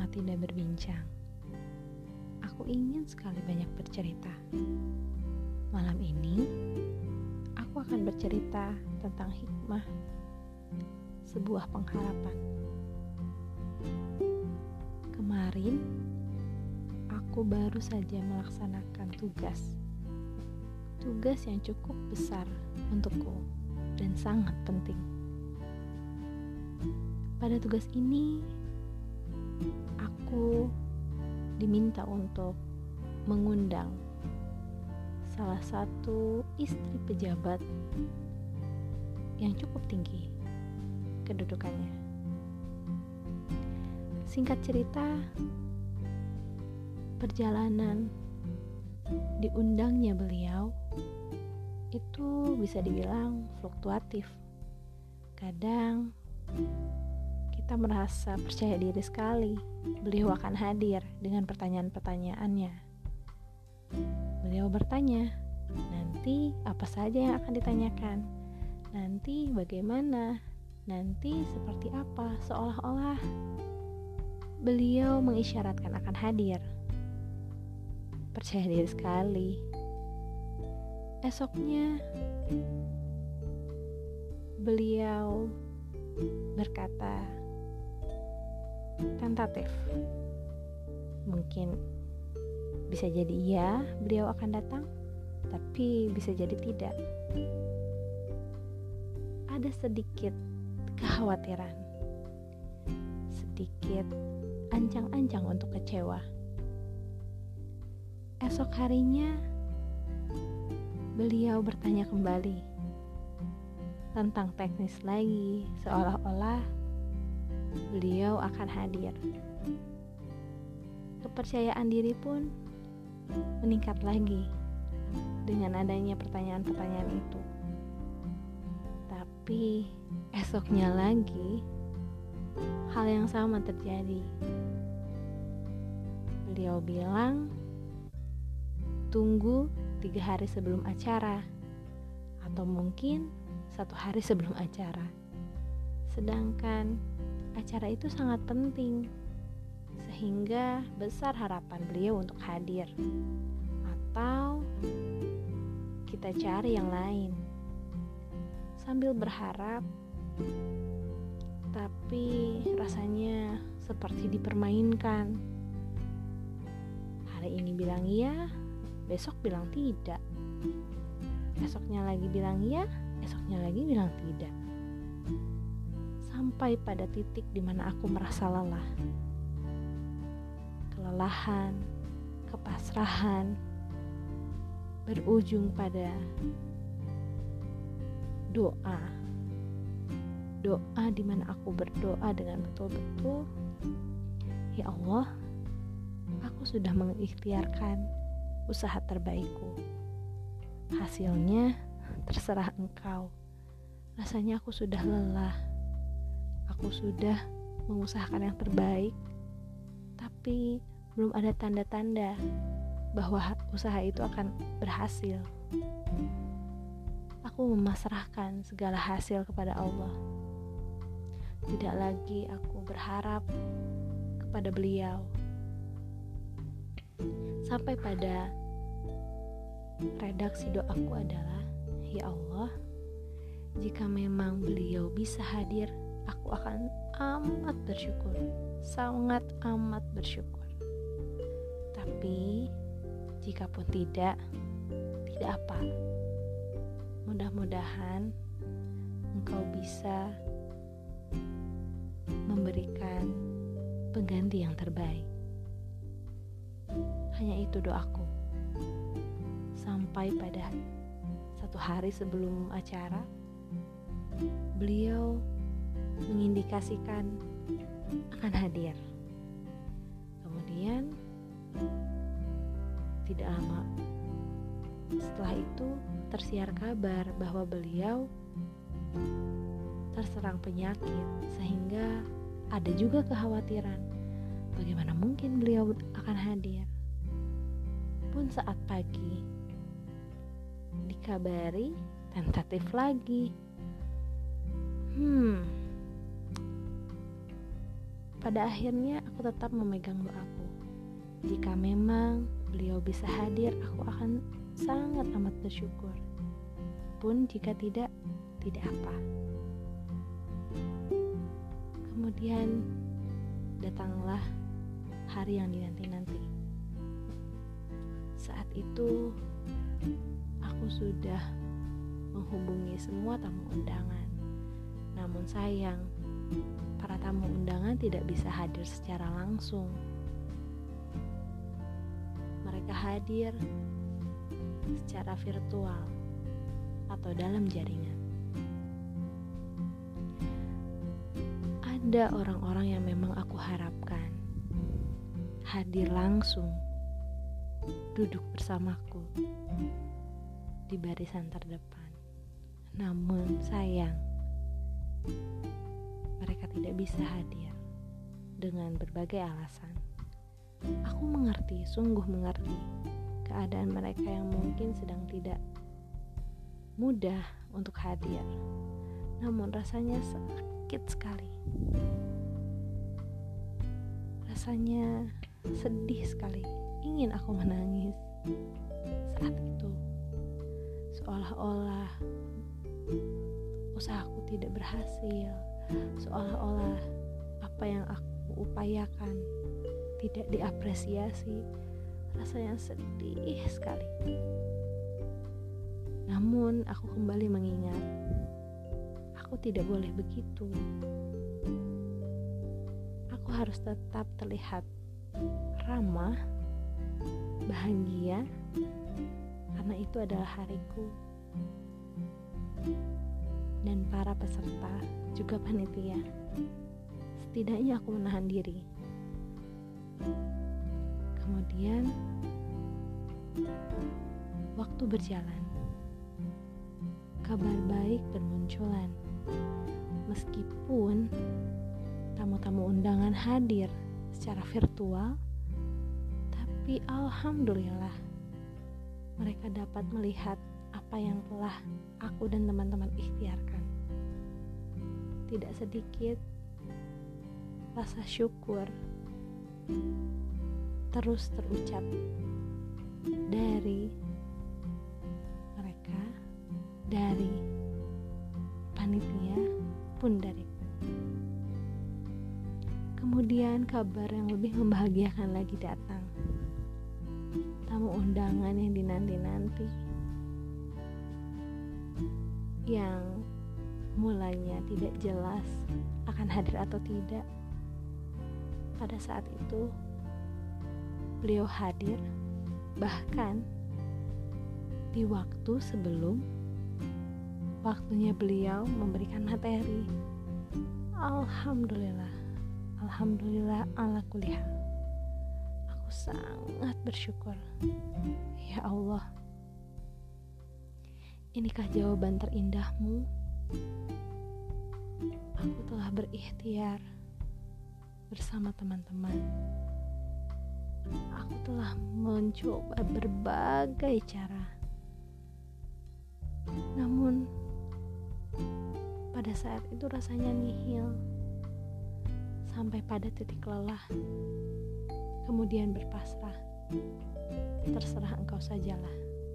lama tidak berbincang. Aku ingin sekali banyak bercerita. Malam ini, aku akan bercerita tentang hikmah, sebuah pengharapan. Kemarin, aku baru saja melaksanakan tugas yang cukup besar untukku dan sangat penting. Pada tugas ini, aku diminta untuk mengundang salah satu istri pejabat yang cukup tinggi kedudukannya. Singkat cerita, perjalanan diundangnya beliau itu bisa dibilang fluktuatif. Kadang kita merasa percaya diri sekali beliau akan hadir dengan pertanyaan-pertanyaannya. Beliau bertanya, nanti apa saja yang akan ditanyakan? Nanti bagaimana? Nanti seperti apa? Seolah-olah beliau mengisyaratkan akan hadir. Percaya diri sekali. Esoknya beliau berkata tentatif. Mungkin bisa jadi iya beliau akan datang, tapi bisa jadi tidak. Ada sedikit kekhawatiran, sedikit ancang-ancang untuk kecewa. Esok harinya beliau bertanya kembali tentang teknis lagi, seolah-olah beliau akan hadir. Kepercayaan diri pun meningkat lagi dengan adanya pertanyaan-pertanyaan itu. Tapi esoknya lagi hal yang sama terjadi. Beliau bilang tunggu 3 hari sebelum acara, atau mungkin 1 hari sebelum acara. Sedangkan acara itu sangat penting, sehingga besar harapan beliau untuk hadir. Atau kita cari yang lain. Sambil berharap, tapi rasanya seperti dipermainkan. Hari ini bilang iya, besok bilang tidak. Esoknya lagi bilang iya, esoknya lagi bilang tidak. Sampai pada titik di mana aku merasa lelah. Kelelahan, kepasrahan, berujung pada doa. Doa di mana aku berdoa dengan betul-betul, ya Allah, aku sudah mengikhtiarkan usaha terbaikku. Hasilnya terserah Engkau. Rasanya aku sudah lelah. Aku sudah mengusahakan yang terbaik, tapi belum ada tanda-tanda bahwa usaha itu akan berhasil. Aku memasrahkan segala hasil kepada Allah. Tidak lagi aku berharap kepada beliau. Sampai pada redaksi doaku adalah, ya Allah, jika memang beliau bisa hadir, aku akan amat bersyukur, sangat amat bersyukur. Tapi jikapun tidak apa. Mudah-mudahan Engkau bisa memberikan pengganti yang terbaik. Hanya itu doaku. Sampai pada 1 hari sebelum acara, beliau mengindikasikan akan hadir. Kemudian tidak lama setelah itu tersiar kabar bahwa beliau terserang penyakit, sehingga ada juga kekhawatiran bagaimana mungkin beliau akan hadir. Pun saat pagi dikabari tentatif lagi. pada akhirnya aku tetap memegang doaku. Jika memang beliau bisa hadir, aku akan sangat amat bersyukur. Pun jika tidak apa. Kemudian datanglah hari yang dinanti-nanti. Saat itu aku sudah menghubungi semua tamu undangan. Namun sayang, para tamu undangan tidak bisa hadir secara langsung. Mereka hadir secara virtual atau dalam jaringan. Ada orang-orang yang memang aku harapkan hadir langsung, duduk bersamaku di barisan terdepan. Namun sayang, mereka tidak bisa hadir dengan berbagai alasan. Aku mengerti, sungguh mengerti keadaan mereka yang mungkin sedang tidak mudah untuk hadir. Namun rasanya sakit sekali. Rasanya sedih sekali. Ingin aku menangis saat itu. Seolah-olah usahaku tidak berhasil. Seolah-olah apa yang aku upayakan tidak diapresiasi. Rasanya sedih sekali. Namun aku kembali mengingat, aku tidak boleh begitu. Aku harus tetap terlihat ramah, bahagia, karena itu adalah hariku. Dan para peserta, juga panitia, setidaknya aku menahan diri. Kemudian waktu berjalan, kabar baik bermunculan. Meskipun tamu-tamu undangan hadir secara virtual, tapi alhamdulillah mereka dapat melihat apa yang telah aku dan teman-teman ikhtiarkan. Tidak sedikit rasa syukur terus terucap dari mereka, dari panitia, pun dariku. Kemudian kabar yang lebih membahagiakan lagi datang. Tamu undangan yang dinanti-nanti, yang mulanya tidak jelas akan hadir atau tidak. Pada saat itu beliau hadir, bahkan di waktu sebelum waktunya beliau memberikan materi. Alhamdulillah ala kulli hal. Aku sangat bersyukur. Ya Allah, inikah jawaban terindahmu? Aku telah berikhtiar bersama teman-teman. Aku telah mencoba berbagai cara. Namun pada saat itu rasanya nihil. Sampai pada titik lelah. Kemudian berpasrah. Terserah engkau sajalah.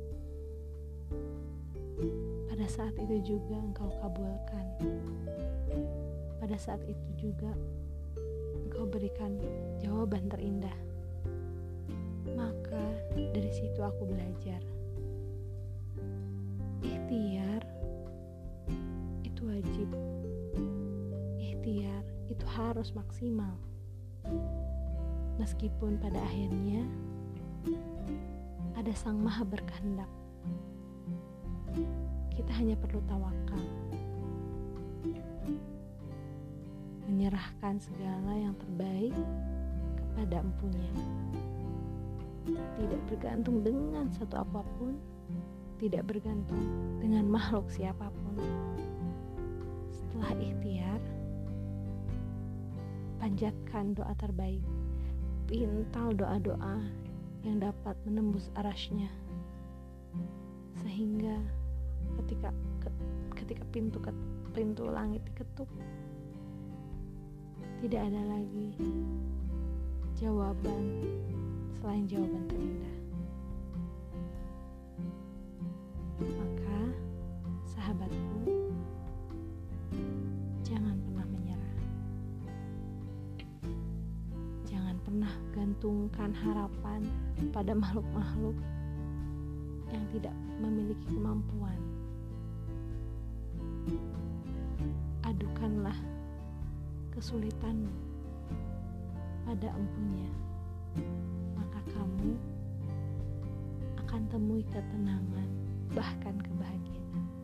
Pada saat itu juga engkau kabulkan. Pada saat itu juga engkau berikan jawaban terindah. Maka dari situ aku belajar. Ikhtiar itu wajib. Ikhtiar itu harus maksimal. Meskipun pada akhirnya ada Sang Maha berkehendak. Kita hanya perlu tawakal, menyerahkan segala yang terbaik kepada Empunya. Tidak bergantung dengan satu apapun, tidak bergantung dengan makhluk siapapun. Setelah ikhtiar, panjatkan doa terbaik, pintal doa-doa yang dapat menembus arasy-Nya, sehingga ketika pintu langit diketuk, Tidak ada lagi jawaban selain jawaban terindah. Maka, sahabatku, jangan pernah menyerah. Jangan pernah gantungkan harapan pada makhluk-makhluk yang tidak memiliki kemampuan. Adukanlah kesulitanmu pada empunya, maka kamu akan temui ketenangan, bahkan kebahagiaan.